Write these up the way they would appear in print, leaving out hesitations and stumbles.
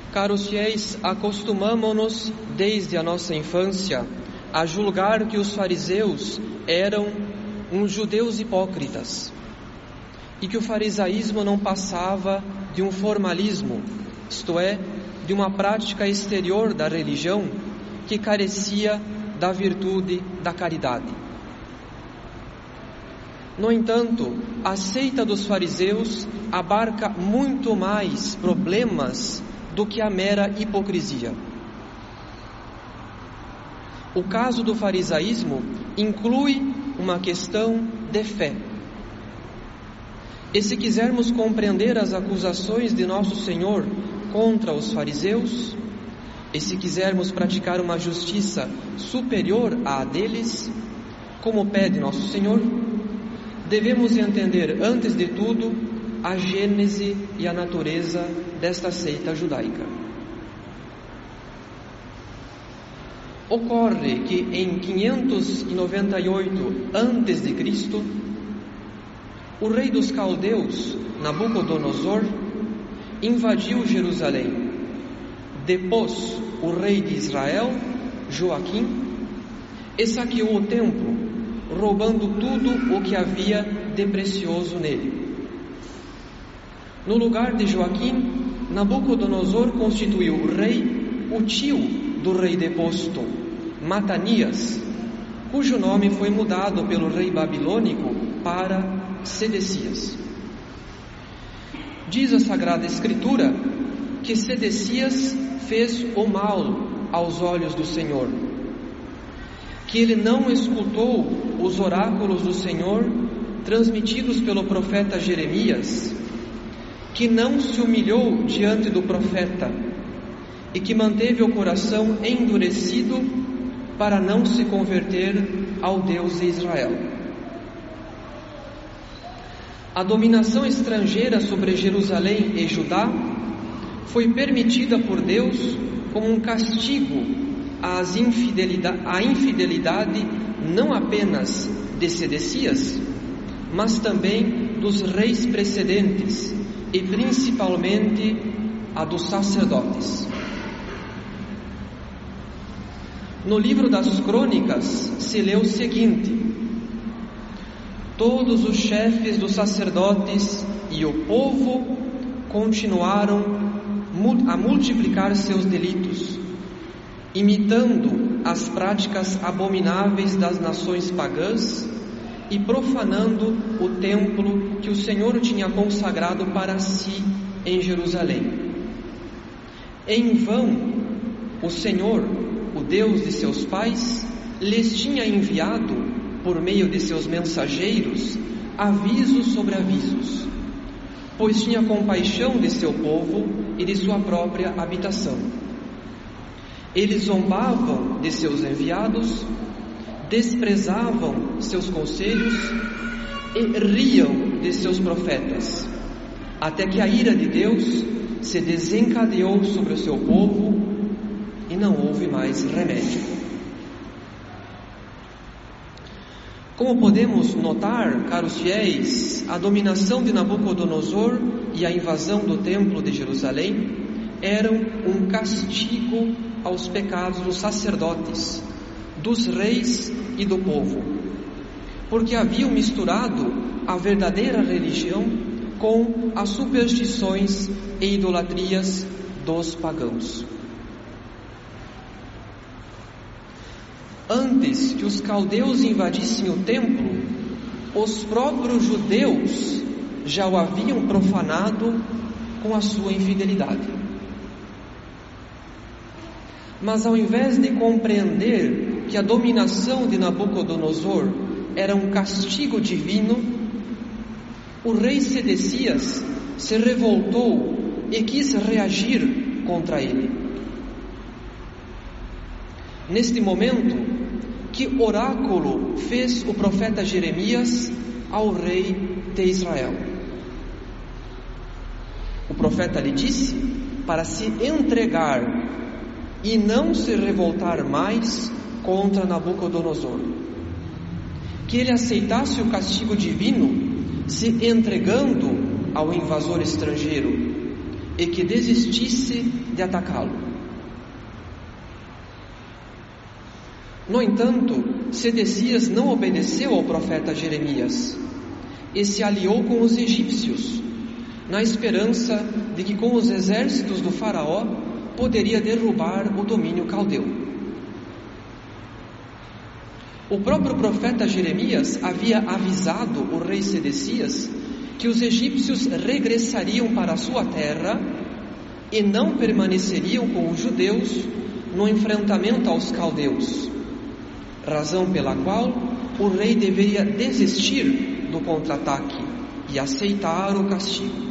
Caros fiéis, acostumamo-nos desde a nossa infância a julgar que os fariseus eram uns judeus hipócritas e que o farisaísmo não passava de um formalismo, isto é, de uma prática exterior da religião que carecia da virtude da caridade. No entanto, a seita dos fariseus abarca muito mais problemas do que a mera hipocrisia. O caso do farisaísmo inclui uma questão de fé. E se quisermos compreender as acusações de Nosso Senhor contra os fariseus, e se quisermos praticar uma justiça superior à deles, como pede Nosso Senhor, devemos entender, antes de tudo, a gênese e a natureza desta seita judaica. Ocorre que em 598 a.C., o rei dos caldeus, Nabucodonosor, invadiu Jerusalém. Depôs o rei de Israel, Joaquim, e saqueou o templo, roubando tudo o que havia de precioso nele. No lugar de Joaquim, Nabucodonosor constituiu rei o tio do rei deposto, Matanias, cujo nome foi mudado pelo rei babilônico para Sedecias. Diz a Sagrada Escritura que Sedecias fez o mal aos olhos do Senhor, que ele não escutou os oráculos do Senhor transmitidos pelo profeta Jeremias, que não se humilhou diante do profeta e que manteve o coração endurecido para não se converter ao Deus de Israel. A dominação estrangeira sobre Jerusalém e Judá foi permitida por Deus como um castigo à infidelidade não apenas de Sedecias, mas também dos reis precedentes e principalmente a dos sacerdotes. No livro das Crônicas se lê o seguinte: todos os chefes dos sacerdotes e o povo continuaram a multiplicar seus delitos, imitando as práticas abomináveis das nações pagãs e profanando o templo que o Senhor tinha consagrado para si em Jerusalém. Em vão, o Senhor, o Deus de seus pais, lhes tinha enviado, por meio de seus mensageiros, avisos sobre avisos, pois tinha compaixão de seu povo e de sua própria habitação. Eles zombavam de seus enviados, desprezavam seus conselhos e riam de seus profetas, até que a ira de Deus se desencadeou sobre o seu povo e não houve mais remédio. Como podemos notar, caros fiéis, a dominação de Nabucodonosor e a invasão do templo de Jerusalém eram um castigo aos pecados dos sacerdotes, dos reis e do povo, porque haviam misturado a verdadeira religião com as superstições e idolatrias dos pagãos. Antes que os caldeus invadissem o templo, os próprios judeus já o haviam profanado com a sua infidelidade. Mas ao invés de compreender que a dominação de Nabucodonosor era um castigo divino, o rei Sedecias se revoltou e quis reagir contra ele. Neste momento, que oráculo fez o profeta Jeremias ao rei de Israel? O profeta lhe disse para se entregar e não se revoltar mais contra Nabucodonosor, que ele aceitasse o castigo divino, se entregando ao invasor estrangeiro, e que desistisse de atacá-lo. No entanto, Sedecias não obedeceu ao profeta Jeremias e se aliou com os egípcios, na esperança de que com os exércitos do faraó poderia derrubar o domínio caldeu. O próprio profeta Jeremias havia avisado o rei Sedecias que os egípcios regressariam para a sua terra e não permaneceriam com os judeus no enfrentamento aos caldeus, razão pela qual o rei deveria desistir do contra-ataque e aceitar o castigo.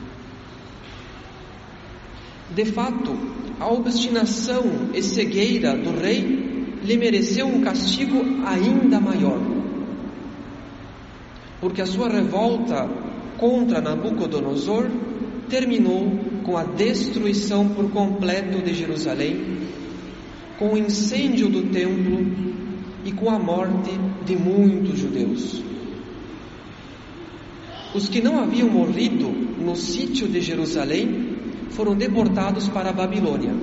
De fato, a obstinação e cegueira do rei lhe mereceu um castigo ainda maior, porque a sua revolta contra Nabucodonosor terminou com a destruição por completo de Jerusalém, com o incêndio do templo e com a morte de muitos judeus. Os que não haviam morrido no sítio de Jerusalém foram deportados para a Babilônia.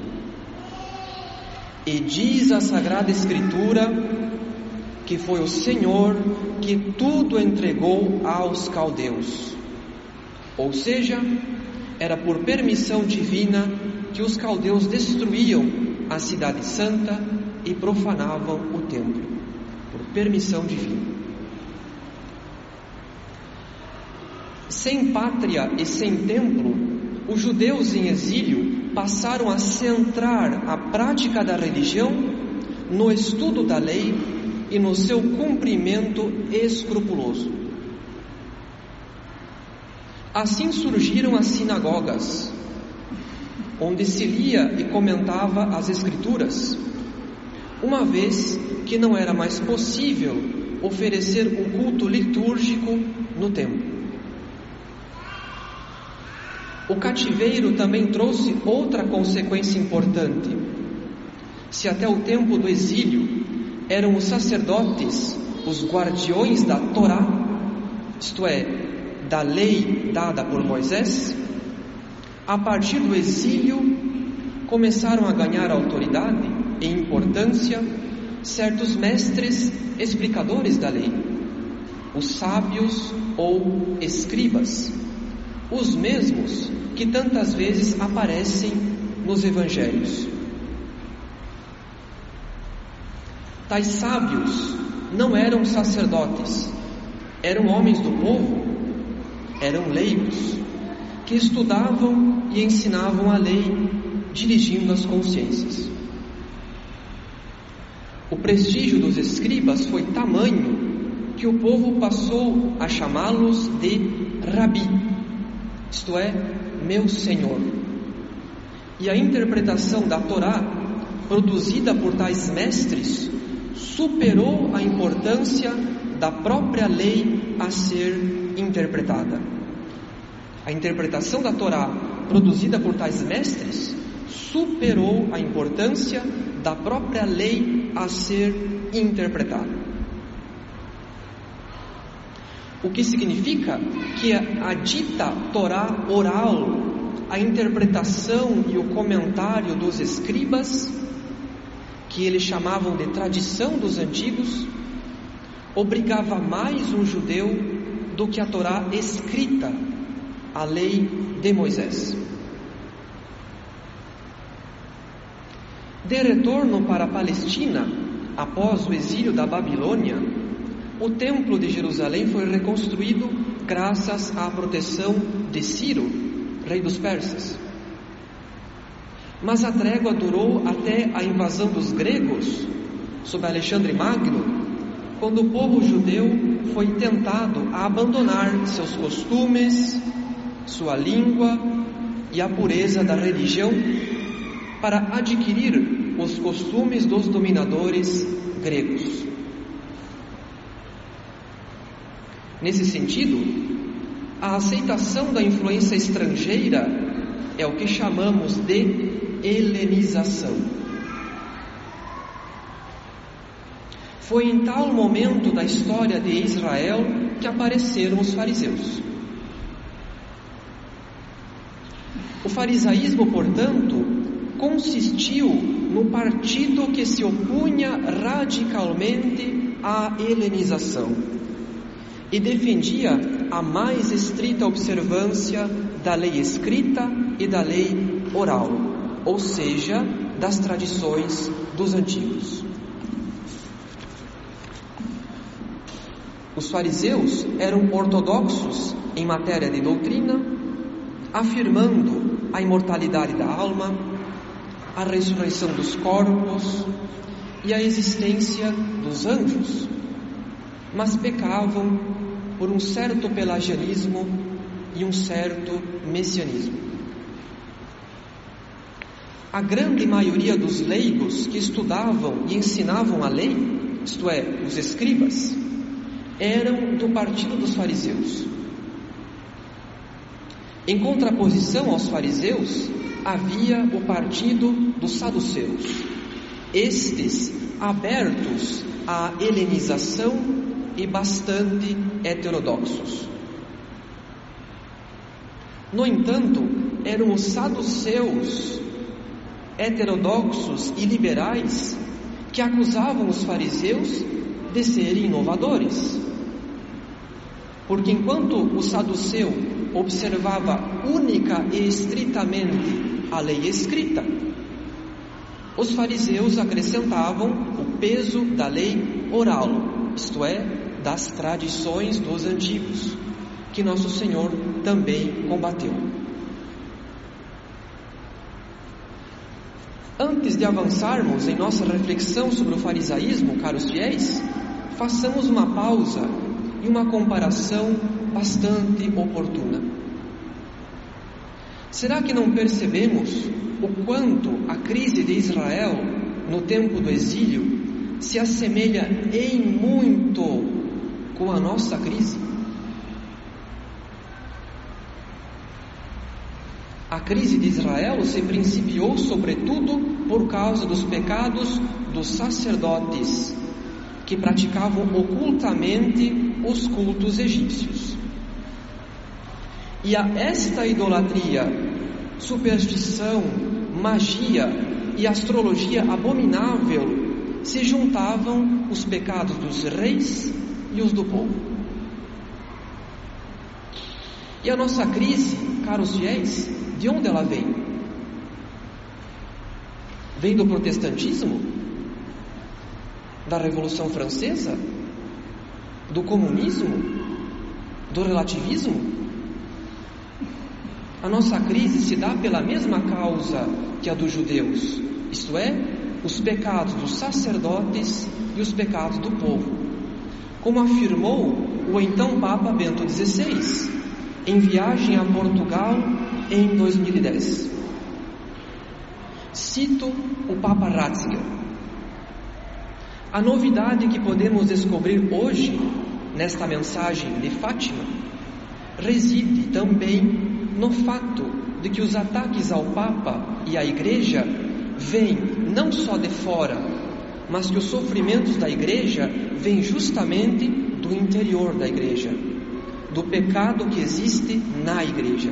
E diz a Sagrada Escritura que foi o Senhor que tudo entregou aos caldeus. Ou seja, era por permissão divina que os caldeus destruíam a cidade santa e profanavam o templo. Por permissão divina. Sem pátria e sem templo, os judeus em exílio passaram a centrar a prática da religião no estudo da lei e no seu cumprimento escrupuloso. Assim surgiram as sinagogas, onde se lia e comentava as Escrituras, uma vez que não era mais possível oferecer um culto litúrgico no templo. O cativeiro também trouxe outra consequência importante. Se até o tempo do exílio eram os sacerdotes os guardiões da Torá, isto é, da lei dada por Moisés, a partir do exílio começaram a ganhar autoridade e importância certos mestres explicadores da lei, os sábios ou escribas, os mesmos que tantas vezes aparecem nos evangelhos. Tais sábios não eram sacerdotes, eram homens do povo, eram leigos, que estudavam e ensinavam a lei, dirigindo as consciências. O prestígio dos escribas foi tamanho que o povo passou a chamá-los de Rabi, isto é, meu Senhor. E a interpretação da Torá, produzida por tais mestres, superou a importância da própria lei a ser interpretada. A interpretação da Torá, produzida por tais mestres, superou a importância da própria lei a ser interpretada. O que significa que a dita Torá oral, a interpretação e o comentário dos escribas, que eles chamavam de tradição dos antigos, obrigava mais um judeu do que a Torá escrita, a lei de Moisés. De retorno para a Palestina, após o exílio da Babilônia, o templo de Jerusalém foi reconstruído graças à proteção de Ciro, rei dos persas. Mas a trégua durou até a invasão dos gregos, sob Alexandre Magno, quando o povo judeu foi tentado a abandonar seus costumes, sua língua e a pureza da religião para adquirir os costumes dos dominadores gregos. Nesse sentido, a aceitação da influência estrangeira é o que chamamos de helenização. Foi em tal momento da história de Israel que apareceram os fariseus. O farisaísmo, portanto, consistiu no partido que se opunha radicalmente à helenização e defendia a mais estrita observância da lei escrita e da lei oral, ou seja, das tradições dos antigos. Os fariseus eram ortodoxos em matéria de doutrina, afirmando a imortalidade da alma, a ressurreição dos corpos e a existência dos anjos, mas pecavam por um certo pelagianismo e um certo messianismo. A grande maioria dos leigos que estudavam e ensinavam a lei, isto é, os escribas, eram do partido dos fariseus. Em contraposição aos fariseus, havia o partido dos saduceus, estes abertos à helenização e bastante heterodoxos. No entanto, eram os saduceus heterodoxos e liberais que acusavam os fariseus de serem inovadores. Porque enquanto o saduceu observava única e estritamente a lei escrita, os fariseus acrescentavam o peso da lei oral, isto é, das tradições dos antigos, que nosso Senhor também combateu. Antes de avançarmos em nossa reflexão sobre o farisaísmo, caros fiéis, façamos uma pausa e uma comparação bastante oportuna. Será que não percebemos o quanto a crise de Israel no tempo do exílio se assemelha em muito com a nossa crise? A crise de Israel se principiou sobretudo por causa dos pecados dos sacerdotes, que praticavam ocultamente os cultos egípcios. E a esta idolatria, superstição, magia e astrologia abominável se juntavam os pecados dos reis e os do povo. E a nossa crise, caros fiéis, de onde ela vem? Vem do protestantismo? Da Revolução Francesa? Do comunismo? Do relativismo? A nossa crise se dá pela mesma causa que a dos judeus, isto é, os pecados dos sacerdotes e os pecados do povo, como afirmou o então Papa Bento XVI, em viagem a Portugal em 2010. Cito o Papa Ratzinger: a novidade que podemos descobrir hoje, nesta mensagem de Fátima, reside também no fato de que os ataques ao Papa e à Igreja vêm não só de fora, mas que os sofrimentos da Igreja vêm justamente do interior da Igreja, do pecado que existe na Igreja.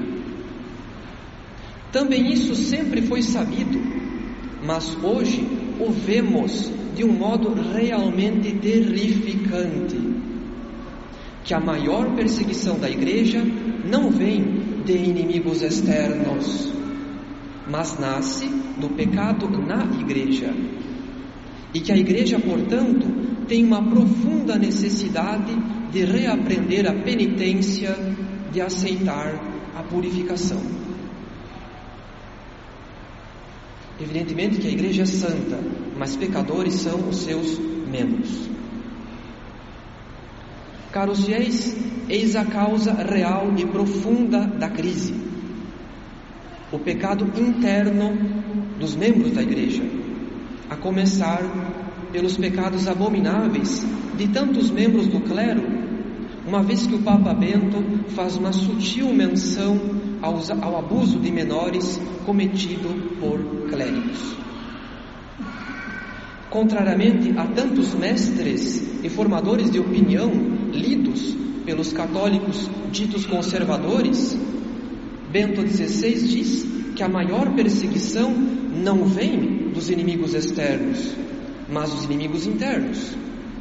Também isso sempre foi sabido, mas hoje o vemos de um modo realmente terrificante, que a maior perseguição da Igreja não vem de inimigos externos, mas nasce do pecado na Igreja, e que a Igreja, portanto, tem uma profunda necessidade de reaprender a penitência, de aceitar a purificação. Evidentemente que a Igreja é santa, mas pecadores são os seus membros. Caros fiéis, eis a causa real e profunda da crise: o pecado interno dos membros da Igreja, a começar pelos pecados abomináveis de tantos membros do clero, uma vez que o Papa Bento faz uma sutil menção ao abuso de menores cometido por clérigos. Contrariamente a tantos mestres e formadores de opinião lidos pelos católicos ditos conservadores, Bento XVI diz que que a maior perseguição não vem dos inimigos externos, mas dos inimigos internos.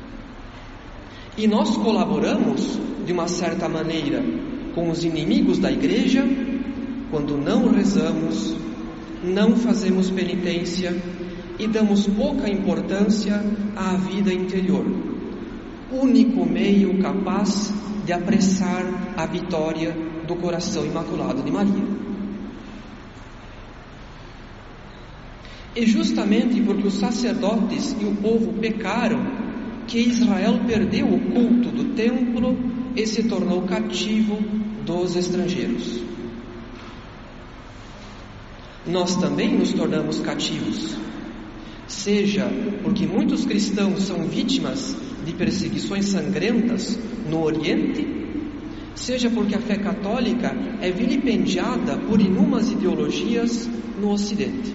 E nós colaboramos, de uma certa maneira, com os inimigos da igreja quando não rezamos, não fazemos penitência e damos pouca importância à vida interior, único meio capaz de apressar a vitória do coração imaculado de Maria. E justamente porque os sacerdotes e o povo pecaram, que Israel perdeu o culto do templo e se tornou cativo dos estrangeiros. Nós também nos tornamos cativos, seja porque muitos cristãos são vítimas de perseguições sangrentas no Oriente, seja porque a fé católica é vilipendiada por inúmeras ideologias no Ocidente.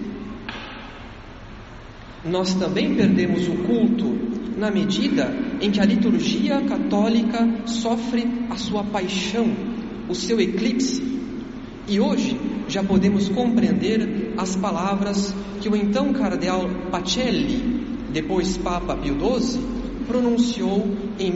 Nós também perdemos o culto na medida em que a liturgia católica sofre a sua paixão, o seu eclipse, e hoje já podemos compreender as palavras que o então cardeal Pacelli, depois Papa Pio XII, pronunciou em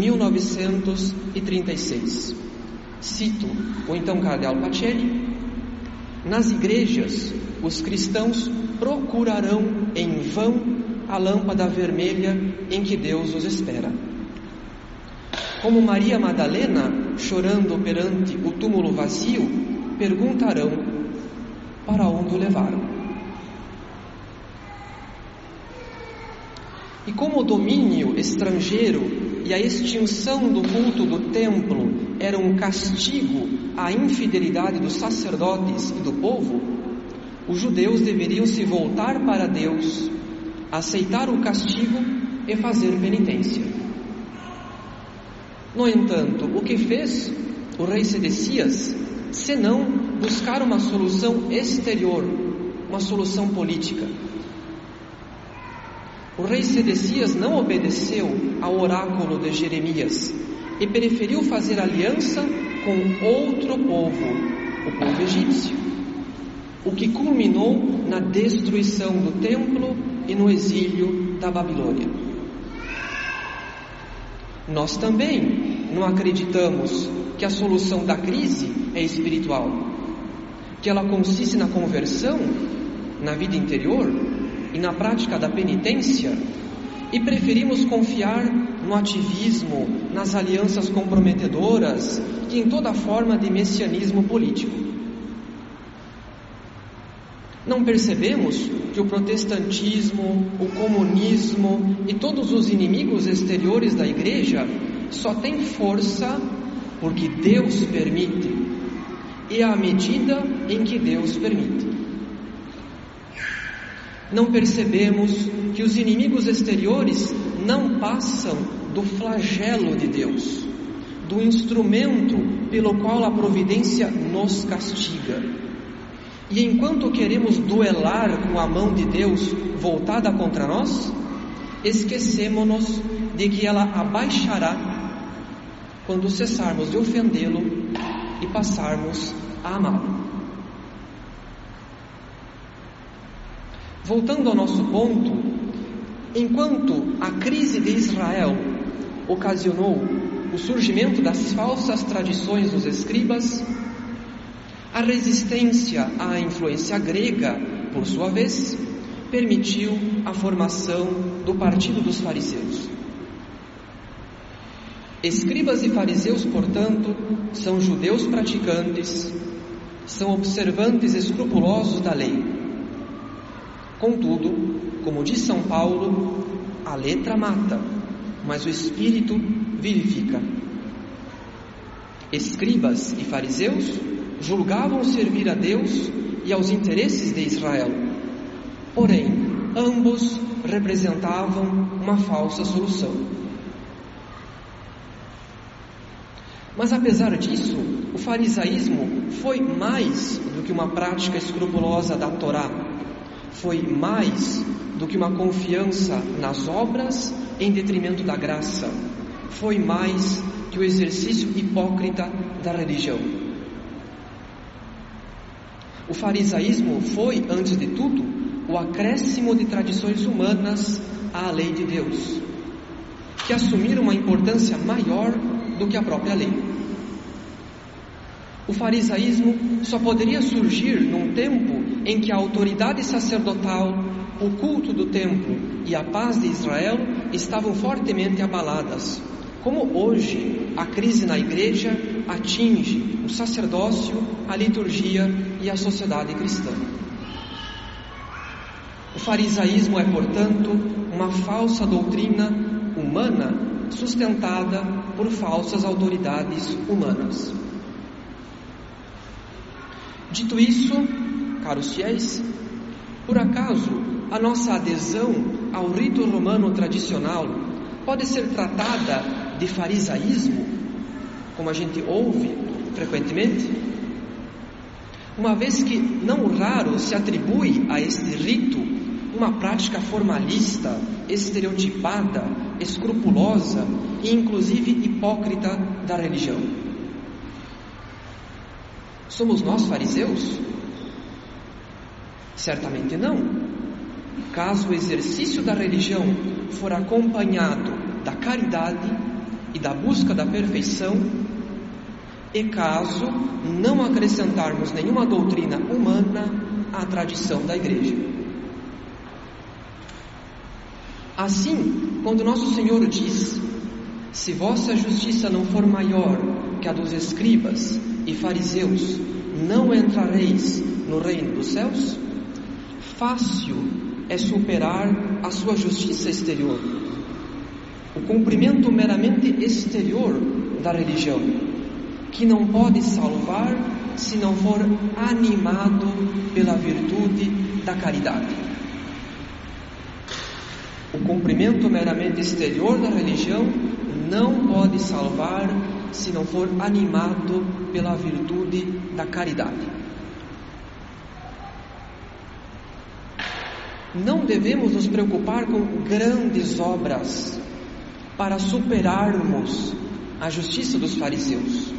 1936. Cito o então cardeal Pacelli: nas igrejas os cristãos procurarão em vão a lâmpada vermelha em que Deus os espera. Como Maria Madalena, chorando perante o túmulo vazio, perguntarão: para onde o levaram? E como o domínio estrangeiro e a extinção do culto do templo era um castigo à infidelidade dos sacerdotes e do povo, os judeus deveriam se voltar para Deus, aceitar o castigo e fazer penitência. No entanto, o que fez o rei Sedecias, senão buscar uma solução exterior, uma solução política? O rei Sedecias não obedeceu ao oráculo de Jeremias e preferiu fazer aliança com outro povo, o povo egípcio, o que culminou na destruição do templo e no exílio da Babilônia. Nós também não acreditamos que a solução da crise é espiritual, que ela consiste na conversão, na vida interior e na prática da penitência, e preferimos confiar no ativismo, nas alianças comprometedoras e em toda forma de messianismo político. Não percebemos que o protestantismo, o comunismo e todos os inimigos exteriores da igreja só têm força porque Deus permite, e à medida em que Deus permite. Não percebemos que os inimigos exteriores não passam do flagelo de Deus, do instrumento pelo qual a providência nos castiga. E enquanto queremos duelar com a mão de Deus voltada contra nós, esquecemos-nos de que ela abaixará quando cessarmos de ofendê-lo e passarmos a amá-lo. Voltando ao nosso ponto, enquanto a crise de Israel ocasionou o surgimento das falsas tradições dos escribas, a resistência à influência grega, por sua vez, permitiu a formação do partido dos fariseus. Escribas e fariseus, portanto, são judeus praticantes, são observantes escrupulosos da lei. Contudo, como diz São Paulo, a letra mata, mas o espírito vivifica. Escribas e fariseus julgavam servir a Deus e aos interesses de Israel, porém, ambos representavam uma falsa solução. Mas apesar disso, o farisaísmo foi mais do que uma prática escrupulosa da Torá, foi mais do que uma confiança nas obras em detrimento da graça, foi mais que o exercício hipócrita da religião. O farisaísmo foi, antes de tudo, o acréscimo de tradições humanas à lei de Deus, que assumiram uma importância maior do que a própria lei. O farisaísmo só poderia surgir num tempo em que a autoridade sacerdotal, o culto do templo e a paz de Israel estavam fortemente abaladas, como hoje a crise na igreja atinge o sacerdócio, a liturgia e a sociedade cristã. O farisaísmo é, portanto, uma falsa doutrina humana sustentada por falsas autoridades humanas. Dito isso, caros fiéis, por acaso a nossa adesão ao rito romano tradicional pode ser tratada de farisaísmo, como a gente ouve frequentemente? Uma vez que não raro se atribui a este rito uma prática formalista, estereotipada, escrupulosa e inclusive hipócrita da religião. Somos nós fariseus? Certamente não. Caso o exercício da religião for acompanhado da caridade e da busca da perfeição, e caso não acrescentarmos nenhuma doutrina humana à tradição da igreja. Assim, quando nosso Senhor diz: se vossa justiça não for maior que a dos escribas e fariseus, não entrareis no reino dos céus, fácil é superar a sua justiça exterior, o cumprimento meramente exterior da religião, que não pode salvar se não for animado pela virtude da caridade. O cumprimento meramente exterior da religião não pode salvar se não for animado pela virtude da caridade. Não devemos nos preocupar com grandes obras para superarmos a justiça dos fariseus.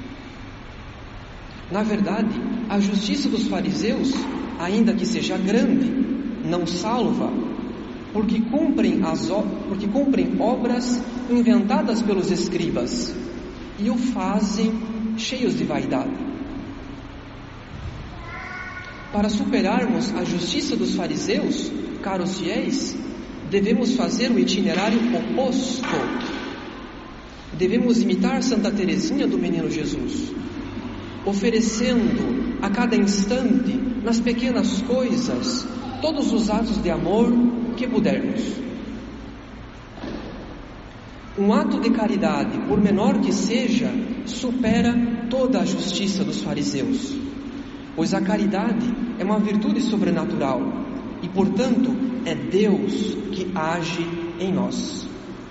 Na verdade, a justiça dos fariseus, ainda que seja grande, não salva, porque cumprem obras inventadas pelos escribas e o fazem cheios de vaidade. Para superarmos a justiça dos fariseus, caros fiéis, devemos fazer o itinerário oposto. Devemos imitar Santa Teresinha do Menino Jesus, oferecendo a cada instante, nas pequenas coisas, todos os atos de amor que pudermos. Um ato de caridade, por menor que seja, supera toda a justiça dos fariseus, pois a caridade é uma virtude sobrenatural e, portanto, é Deus que age em nós.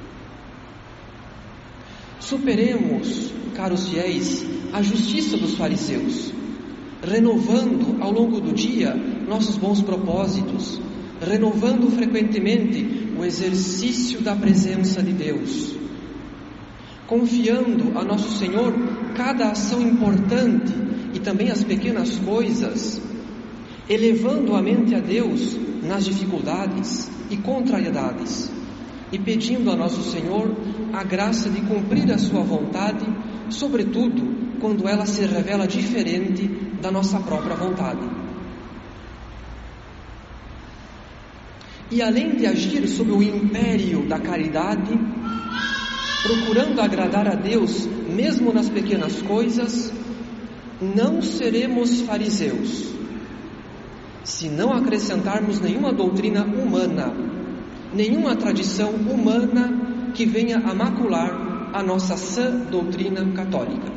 Superemos, caros fiéis, a justiça dos fariseus, renovando ao longo do dia nossos bons propósitos, renovando frequentemente o exercício da presença de Deus, confiando a nosso Senhor cada ação importante e também as pequenas coisas, elevando a mente a Deus nas dificuldades e contrariedades e pedindo a nosso Senhor a graça de cumprir a sua vontade, sobretudo quando ela se revela diferente da nossa própria vontade. E além de agir sob o império da caridade, procurando agradar a Deus mesmo nas pequenas coisas, não seremos fariseus se não acrescentarmos nenhuma doutrina humana, nenhuma tradição humana que venha a macular a nossa sã doutrina católica.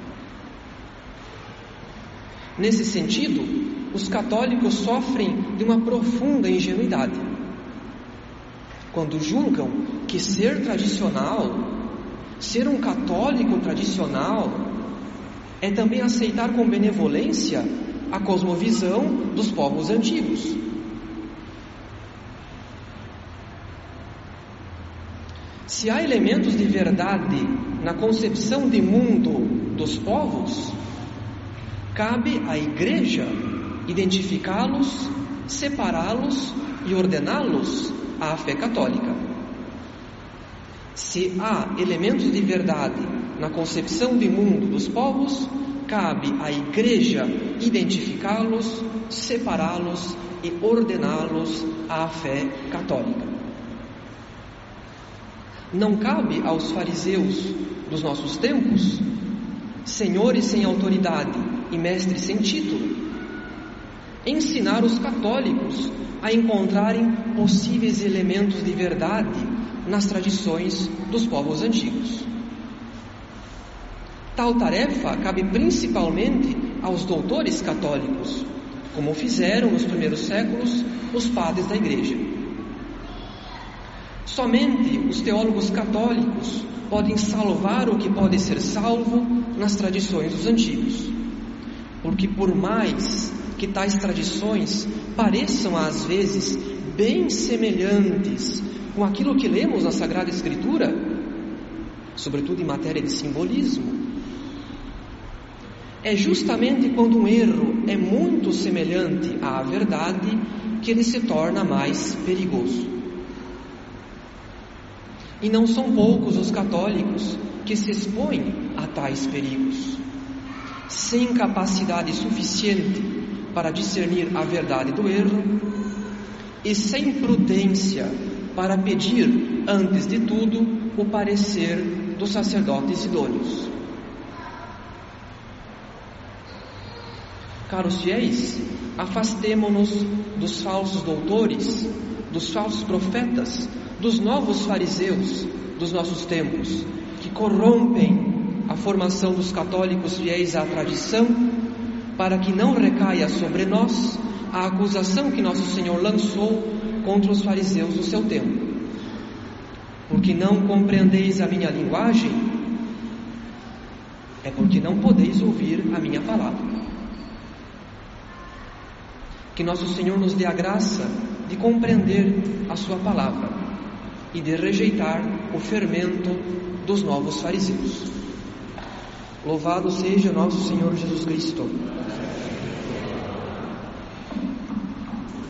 Nesse sentido, os católicos sofrem de uma profunda ingenuidade quando julgam que ser tradicional, ser um católico tradicional, é também aceitar com benevolência a cosmovisão dos povos antigos. Se há elementos de verdade na concepção de mundo dos povos, cabe à Igreja identificá-los, separá-los e ordená-los à fé católica. Se há elementos de verdade na concepção de mundo dos povos, cabe à Igreja identificá-los, separá-los e ordená-los à fé católica. Não cabe aos fariseus dos nossos tempos, senhores sem autoridade e mestres sem título, ensinar os católicos a encontrarem possíveis elementos de verdade nas tradições dos povos antigos. Tal tarefa cabe principalmente aos doutores católicos, como fizeram nos primeiros séculos os padres da Igreja. Somente os teólogos católicos podem salvar o que pode ser salvo nas tradições dos antigos, porque por mais que tais tradições pareçam às vezes bem semelhantes com aquilo que lemos na Sagrada Escritura, sobretudo em matéria de simbolismo, é justamente quando um erro é muito semelhante à verdade que ele se torna mais perigoso. E não são poucos os católicos que se expõem a tais perigos, sem capacidade suficiente para discernir a verdade do erro e sem prudência para pedir, antes de tudo, o parecer dos sacerdotes idôneos. Caros fiéis, afastemo-nos dos falsos doutores, dos falsos profetas, dos novos fariseus dos nossos tempos, que corrompem a formação dos católicos fiéis à tradição, para que não recaia sobre nós a acusação que nosso Senhor lançou contra os fariseus do seu tempo. Porque não compreendeis a minha linguagem, é porque não podeis ouvir a minha palavra. Que nosso Senhor nos dê a graça de compreender a sua palavra e de rejeitar o fermento dos novos fariseus. Louvado seja nosso Senhor Jesus Cristo.